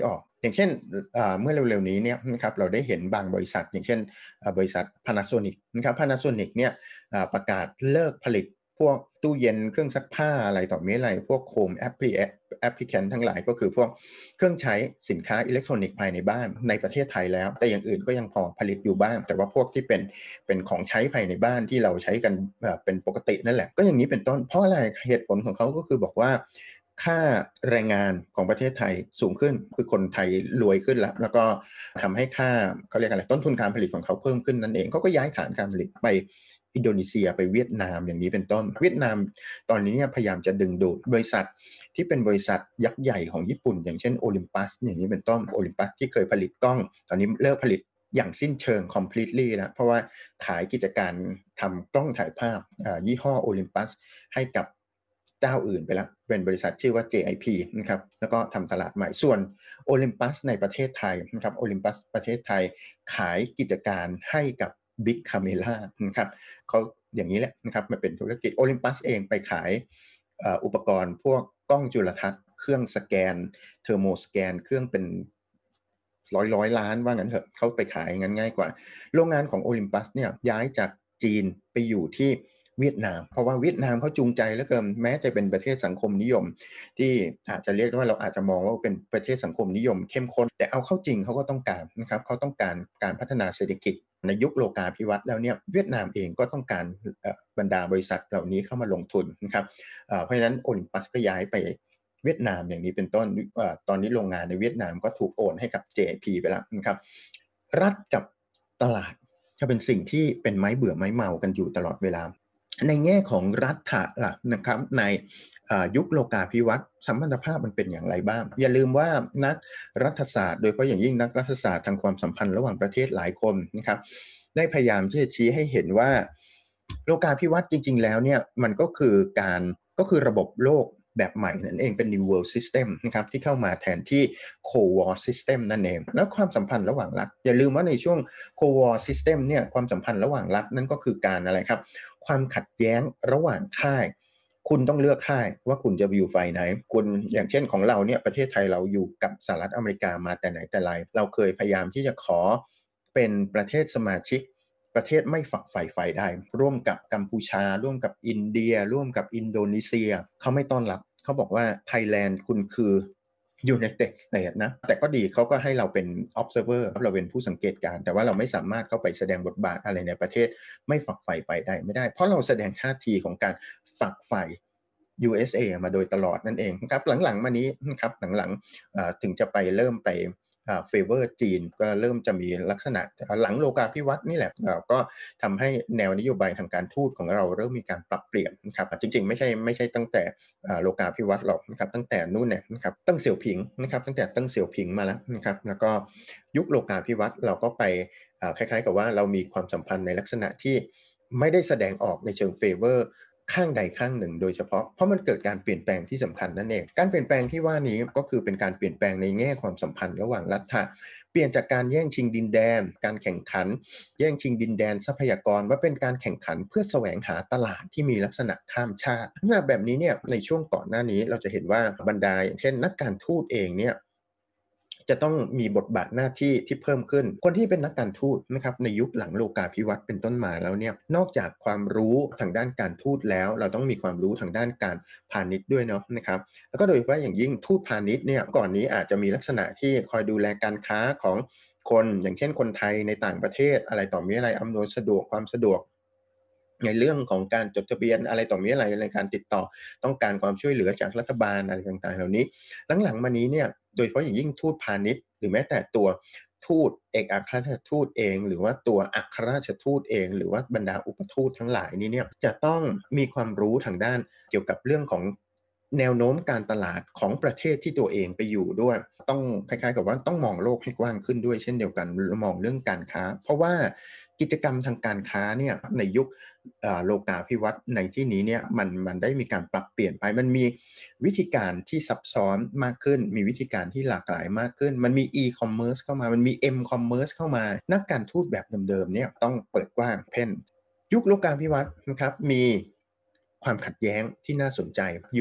อย่างเช่นอ่าเมื่อเร็วๆนี้เนี่ยนะครับเราได้เห็นบางบริษัทอย่างเช่นอ่าบริษัท Panasonic นะครับ Panasonic เนี่ยอ่าประกาศเลิกผลิตพวกตู้เย็นเครื่องซักผ้าอะไรต่อมิอะไรพวก Home Appli Applicant ทั้งหลายก็คือพวกเครื่องใช้สินค้าอิเล็กทรอนิกส์ภายในบ้านในประเทศไทยแล้วแต่อย่างอื่นก็ยังพอผลิตอยู่บ้างแต่ว่าพวกที่เป็นเป็นของใช้ภายในบ้านที่เราใช้กันเอ่อเป็นปกตินั่นแหละก็อย่างนี้เป็นต้นเพราะอะไรเหตุผลของเขาก็คือบอกว่าค่าแรงงานของประเทศไทยสูงขึ้นคือคนไทยรวยขึ้นแล้วแล้วก็ทำให้ค่าเขาเรียกอะไรต้นทุนการผลิตของเขาเพิ่มขึ้นนั่นเองเขาก็ย้ายฐานการผลิตไปอินโดนีเซียไปเวียดนามอย่างนี้เป็นต้นเวียดนามตอนนี้เนี่ยพยายามจะดึงดูดบริษัทที่เป็นบริษัทยักษ์ใหญ่ของญี่ปุ่นอย่างเช่นโอลิมปัสอย่างนี้เป็นต้นโอลิมปัสที่เคยผลิตกล้องตอนนี้เลิกผลิตอย่างสิ้นเชิง completely แล้วเพราะว่าขายกิจการทำกล้องถ่ายภาพยี่ห้อโอลิมปัสให้กับเจ้าอื่นไปแล้วเป็นบริษัทชื่อว่า เจ ไอ พี นะครับแล้วก็ทำตลาดใหม่ส่วนโอลิมปัสในประเทศไทยนะครับโอลิมปัสประเทศไทยขายกิจการให้กับ Big Camera นะครับเขาอย่างนี้แหละนะครับมันเป็นธุรกิจโอลิมปัสเองไปขายอุปกรณ์พวกกล้องจุลทรรศน์เครื่องสแกนเทอร์โมสแกนเครื่องเป็นร้อยร้อยล้านว่างั้นเถอะเขาไปขายงั้นง่ายกว่าโรงงานของโอลิมปัสเนี่ยย้ายจากจีนไปอยู่ที่เวียดนามเพราะว่าเวียดนามเขาจูงใจเหลือเกินแม้จะเป็นประเทศสังคมนิยมที่อาจจะเรียกว่าเราอาจจะมองว่าเป็นประเทศสังคมนิยมเข้มข้นแต่เอาเข้าจริงเขาก็ต้องการนะครับเขาต้องการการพัฒนาเศรษฐกิจในยุคโลกาภิวัตน์แล้วเนี่ยเวียดนามเองก็ต้องการบรรดาบริษัทเหล่านี้เข้ามาลงทุนนะครับเพราะฉะนั้นโอลิมปัสก็ย้ายไปเวียดนามอย่างนี้เป็นต้นตอนนี้โรงงานในเวียดนามก็ถูกโอนให้กับ เจ ไอ พี ไปแล้วนะครับรัฐกับตลาดจะเป็นสิ่งที่เป็นไม้เบื่อไม้เมากันอยู่ตลอดเวลาในแง่ของรัฐะล่ะนะครับในยุคโลกาภิวัตน์สัมพันธภาพมันเป็นอย่างไรบ้างอย่าลืมว่านักรัฐศาสตร์โดยเฉพาะอย่างยิ่งนักรัฐศาสตร์ทางความสัมพันธ์ระหว่างประเทศหลายคนนะครับได้พยายามที่จะชี้ให้เห็นว่าโลกาภิวัตน์จริงๆแล้วเนี่ยมันก็คือการก็คือระบบโลกแบบใหม่นั่นเองเป็น New World System นะครับที่เข้ามาแทนที่ Cold War System นั่นเองแล้วความสัมพันธ์ระหว่างรัฐอย่าลืมว่าในช่วง Cold War System เนี่ยความสัมพันธ์ระหว่างรัฐนั่นก็คือการอะไรครับความขัดแย้งระหว่างค่ายคุณต้องเลือกค่ายว่าคุณจะอยู่ฝ่ายไหนคุณอย่างเช่นของเราเนี่ยประเทศไทยเราอยู่กับสหรัฐอเมริกามาแต่ไหนแต่ไรเราเคยพยายามที่จะขอเป็นประเทศสมาชิกประเทศไม่ฝักใฝ่ฝ่ายใดร่วมกับกัมพูชาร่วมกับอินเดียร่วมกับอินโดนีเซียเขาไม่ต้อนรับเขาบอกว่าไทยแลนด์คุณคือ United States นะแต่ก็ดีเขาก็ให้เราเป็น observer เราเป็นผู้สังเกตการณ์แต่ว่าเราไม่สามารถเข้าไปแสดงบทบาทอะไรในประเทศไม่ฝักใฝ่ฝ่ายใดไม่ได้เพราะเราแสดงท่าทีของการฝักใฝ่ ยู เอส เอ มาโดยตลอดนั่นเองครับหลังๆมานี้ครับหลังๆถึงจะไปเริ่มไปเฟเวอร์จีนก็เริ่มจะมีลักษณะหลังโลกาภิวัตน์นี่แหละก็ทำให้แนวนโยบายทางการทูตของเราเริ่มมีการปรับเปลี่ยนนะครับจริงๆไม่ใช่ไม่ใช่ตั้งแต่โลกาภิวัตน์หรอกนะครับตั้งแต่นู่นเนี่ยนะครับตั้งเสี่ยวผิงนะครับตั้งแต่ตั้งเสี่ยวผิงมาแล้วนะครับแล้วก็ยุคโลกาภิวัตน์เราก็ไปคล้ายๆกับว่าเรามีความสัมพันธ์ในลักษณะที่ไม่ได้แสดงออกในเชิงเฟเวอร์ข้างใดข้างหนึ่งโดยเฉพาะเพราะมันเกิดการเปลี่ยนแปลงที่สำคัญนั่นเองการเปลี่ยนแปลงที่ว่านี้ก็คือเป็นการเปลี่ยนแปลงในแง่ความสัมพันธ์ระหว่างรัฐะเปลี่ยนจากการแย่งชิงดินแดนการแข่งขันแย่งชิงดินแดนทรัพยากรว่าเป็นการแข่งขันเพื่อแสวงหาตลาดที่มีลักษณะข้ามชาติแบบนี้เนี่ยในช่วงก่อนหน้านี้เราจะเห็นว่าบรรดาอย่างเช่นนักการทูตเองเนี่ยจะต้องมีบทบาทหน้าที่ที่เพิ่มขึ้นคนที่เป็นนักการทูตนะครับในยุคหลังโลกาภิวัตน์เป็นต้นมาแล้วเนี่ยนอกจากความรู้ทางด้านการทูตแล้วเราต้องมีความรู้ทางด้านการพาณิชย์ด้วยเนาะนะครับแล้วก็โดยเฉพาะอย่างยิ่งทูตพาณิชย์เนี่ยก่อนนี้อาจจะมีลักษณะที่คอยดูแลการค้าของคนอย่างเช่นคนไทยในต่างประเทศอะไรต่อมีอะไรอำนวยสะดวกความสะดวกในเรื่องของการจดทะเบียนอะไรต่อมีอะไรในการติดต่อต้องการความช่วยเหลือจากรัฐบาลอะไรต่างๆเหล่านี้หลังๆมานี้เนี่ยโดยเฉพาะอย่างยิ่งทูตพาณิชย์หรือแม้แต่ตัวทูตเอกอัครราชทูตเองหรือว่าตัวอัครราชทูตเองหรือว่าบรรดาอุปทูตทั้งหลายนี้เนี่ยจะต้องมีความรู้ทางด้านเกี่ยวกับเรื่องของแนวโน้มการตลาดของประเทศที่ตัวเองไปอยู่ด้วยต้องคล้ายๆกับว่าต้องมองโลกให้กว้างขึ้นด้วยเช่นเดียวกันมองเรื่องการค้าเพราะว่ากิจกรรมทางการค้าเนี่ยในยุคโลกาภิวัตน์ในที่นี้เนี่ยมันมันได้มีการปรับเปลี่ยนไปมันมีวิธีการที่ซับซ้อนมากขึ้นมีวิธีการที่หลากหลายมากขึ้นมันมี e-commerce เข้ามามันมี m-commerce เข้ามานักการทูตแบบเดิมๆเนี่ยต้องเปิดกว้างเพ่นยุคโลกาภิวัตน์นะครับมีความขัดแย้งที่น่าสนใจอยู่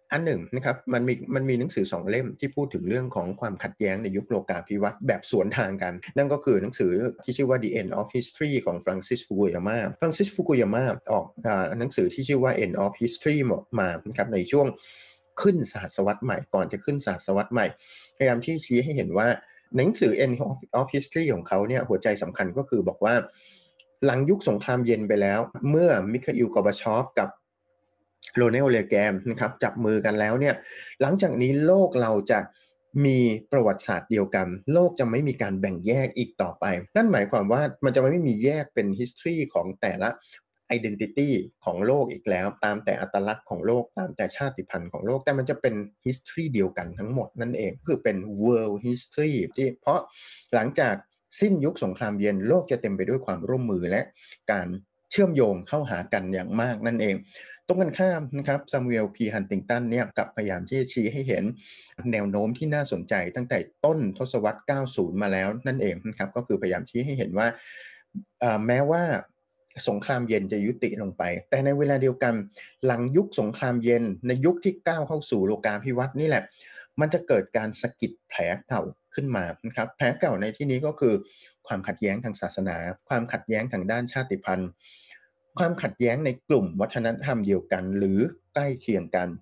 อันหนึ่งนะครับมันมีมันมีหนังสือสองเล่มที่พูดถึงเรื่องของความขัดแย้งในยุคโลกาภิวัตน์แบบสวนทางกันนั่นก็คือหนังสือที่ชื่อว่า The End of History ของ Francis Fukuyama Francis Fukuyama ออกอ่าหนังสือที่ชื่อว่า End of History ออกมานะครับในช่วงขึ้นสหัสวรรษใหม่ก่อนจะขึ้นสหัสวรรษใหม่พยายามที่ชี้ให้เห็นว่าหนังสือ End of of History ของเขาเนี่ยหัวใจสำคัญก็คือบอกว่าหลังยุคสงครามเย็นไปแล้วเมื่อมิคาอิล กอร์บาชอฟกับโรเนล เรแกนนะครับจับมือกันแล้วเนี่ยหลังจากนี้โลกเราจะมีประวัติศาสตร์เดียวกันโลกจะไม่มีการแบ่งแยกอีกต่อไปนั่นหมายความว่ามันจะไม่มีแยกเป็น history ของแต่ละ identity ของโลกอีกแล้วตามแต่อัตลักษณ์ของโลกตามแต่ชาติพันธุ์ของโลกแต่มันจะเป็น history เดียวกันทั้งหมดนั่นเองคือเป็น world history ที่เพราะหลังจากสิ้นยุคสงครามเย็นโลกจะเต็มไปด้วยความร่วมมือและการเชื่อมโยงเข้าหากันอย่างมากนั่นเองตรงกันข้ามนะครับซามูเอล พี ฮันติงตันเนี่ยกลับพยายามที่จะชี้ให้เห็นแนวโน้มที่น่าสนใจตั้งแต่ต้นทศวรรษ เก้าสิบ มาแล้วนั่นเองนะครับก็คือพยายามชี้ให้เห็นว่าแม้ว่าสงครามเย็นจะยุติลงไปแต่ในเวลาเดียวกันหลังยุคสงครามเย็นในยุคที่ก้าวเข้าสู่โลกาภิวัตน์นี่แหละมันจะเกิดการสะกิดแผลเก่าขึ้นมานะครับแผลเก่าในที่นี้ก็คือความขัดแย้งทางศาสนาความขัดแย้งทางด้านชาติพันธุ์ความขัดแย้งในกลุ่มวัฒนธรรมเดียวกันหรือใกล้เคียงกัน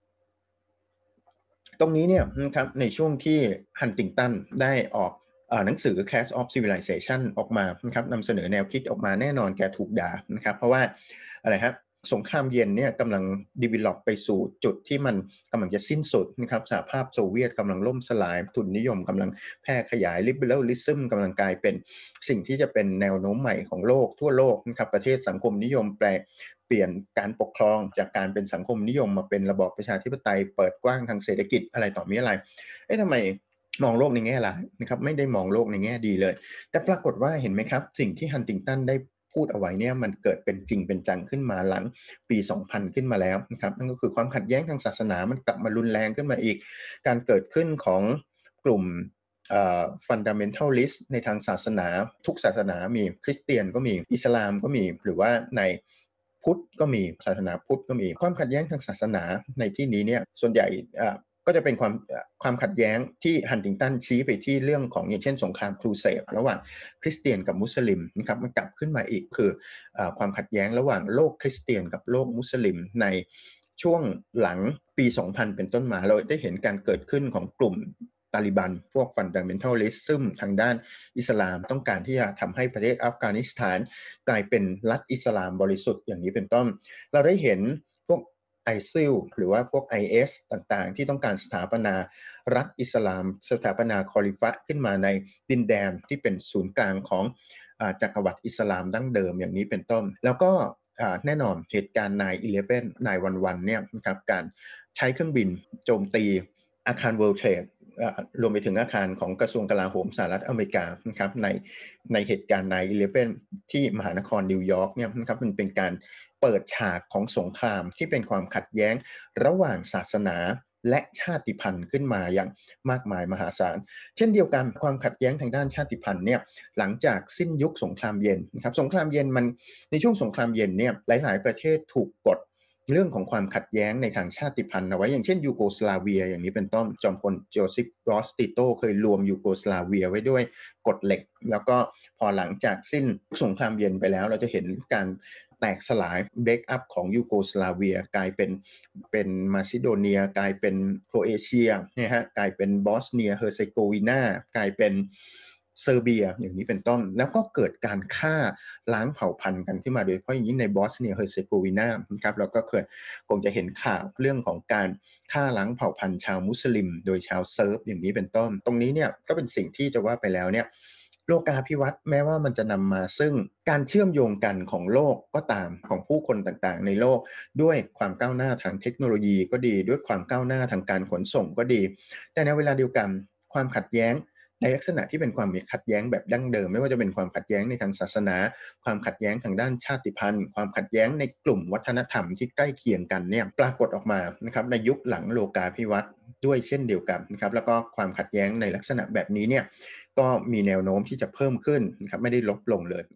ตรงนี้เนี่ยนะครับในช่วงที่ฮันติงตันได้ออกหนังสือ Clash of Civilization ออกมานะครับนำเสนอแนวคิดออกมาแน่นอนแกถูกด่านะครับเพราะว่าอะไรครับสงครามเย็นเนี่ยกำลัง develop ไปสู่จุดที่มันกำลังจะสิ้นสุดนะครับสหภาพโซเวียตกำลังล่มสลายทุนนิยมกำลังแพร่ขยาย liberalism กำลังกลายเป็นสิ่งที่จะเป็นแนวโน้มใหม่ของโลกทั่วโลกนะครับประเทศสังคมนิยมแปลเปลี่ยนการปกครองจากการเป็นสังคมนิยมมาเป็นระบอบประชาธิปไตยเปิดกว้างทางเศรษฐกิจอะไรต่อมีอะไรเอ๊ะทำไมมองโลกในแง่ร้ายนะครับไม่ได้มองโลกในแง่ดีเลยแต่ปรากฏว่าเห็นไหมครับสิ่งที่ฮันติงตันได้พูดเอาไว้เนี่ยมันเกิดเป็นจริงเป็นจังขึ้นมาหลังปีสองพันขึ้นมาแล้วนะครับนั่นก็คือความขัดแย้งทางศาสนามันกลับมารุนแรงขึ้นมาอีกการเกิดขึ้นของกลุ่มเอ่อ fundamentalist ในทางศาสนาทุกศาสนามีคริสเตียนก็มีอิสลามก็มีหรือว่าในพุทธก็มีศาสนาพุทธก็มีความขัดแย้งทางศาสนาในที่นี้เนี่ยส่วนใหญ่ก็จะเป็นความความขัดแย้งที่ฮันติงตันชี้ไปที่เรื่องของอย่างเช่นสงครามครูเสดระหว่างคริสเตียนกับมุสลิมนะครับมันกลับขึ้นมาอีกคือความขัดแย้งระหว่างโลกคริสเตียนกับโลกมุสลิมในช่วงหลังปีสองพันเป็นต้นมาเราได้เห็นการเกิดขึ้นของกลุ่มตาลิบันพวก fundamentalist ซึ่งทางด้านอิสลามต้องการที่จะทำให้ประเทศอัฟกานิสถานกลายเป็นรัฐอิสลามบริสุทธิ์อย่างนี้เป็นต้นเราได้เห็นพวกไอซิลหรือว่าพวก ไอ เอส ต่างๆที่ต้องการสถาปนารัฐอิสลามสถาปนาคอลิฟะขึ้นมาในดินแดนที่เป็นศูนย์กลางของจักรวรรดิอิสลามดั้งเดิมอย่างนี้เป็นต้นแล้วก็แน่นอนเหตุการณ์ ไนน์ อีเลฟเว่น ไนน์ วัน วัน เนี่ยนะครับการใช้เครื่องบินโจมตีอาคาร World Trade รวมไปถึงอาคารของกระทรวงกลาโหมสหรัฐอเมริกานะครับในในเหตุการณ์ ไนน์ อีเลฟเว่น ที่มหานครนิวยอร์กเนี่ยนะครับมันเป็นการเปิดฉากของสงครามที่เป็นความขัดแย้งระหว่างศาสนาและชาติพันธุ์ขึ้นมาอย่างมากมายมหาศาลเช่นเดียวกันความขัดแย้งทางด้านชาติพันธุ์เนี่ยหลังจากสิ้นยุคสงครามเย็นนะครับสงครามเย็นมันในช่วงสงครามเย็นเนี่ยหลายๆประเทศถูกกดเรื่องของความขัดแย้งในทางชาติพันธุ์เอาไว้อย่างเช่นยูโกสลาเวียอย่างนี้เป็นต้นจอมพลโจซิฟรอสติโตเคยรวมยูโกสลาเวียไว้ด้วยกฎเหล็กแล้วก็พอหลังจากสิ้นสงครามเย็นไปแล้วเราจะเห็นการแตกสลายเบรกอัพของยูโกสลาเวียกลายเป็นเป็นมาซิโดเนียกลายเป็นโครเอเชียนะฮะกลายเป็นบอสเนียเฮอร์เซโกวีนากลายเป็นเซอร์เบียอย่างนี้เป็นต้นแล้วก็เกิดการฆ่าล้างเผ่าพันธุ์กันขึ้นมาโดยเฉพาะอย่างยิ่งในบอสเนียเฮอร์เซโกวีนานะครับเราก็เคยคงจะเห็นข่าวเรื่องของการฆ่าล้างเผ่าพันธุ์ชาวมุสลิมโดยชาวเซิร์ฟอย่างนี้เป็นต้นตรงนี้เนี่ยก็เป็นสิ่งที่จะว่าไปแล้วเนี่ยโลกาภิวัตน์แม้ว่ามันจะนำมาซึ่งการเชื่อมโยงกันของโลกก็ตามของผู้คนต่างๆในโลกด้วยความก้าวหน้าทางเทคโนโลยีก็ดีด้วยความก้าวหน้าทางการขนส่งก็ดีแต่ในเวลาเดียวกันความขัดแย้งในลักษณะที่เป็นความขัดแย้งแบบดั้งเดิมไม่ว่าจะเป็นความขัดแย้งในทางศาสนาความขัดแย้งทางด้านชาติพันธุ์ความขัดแย้งในกลุ่มวัฒนธรรมที่ใกล้เคียงกันเนี่ยปรากฏออกมานะครับในยุคหลังโลกาภิวัตน์ด้วยเช่นเดียวกันนะครับแล้วก็ความขัดแย้งในลักษณะแบบนี้เนี่ยก็มีแนวโน้มที่จะเพิ่มขึ้นนะครับไม่ได้ลดลงเลย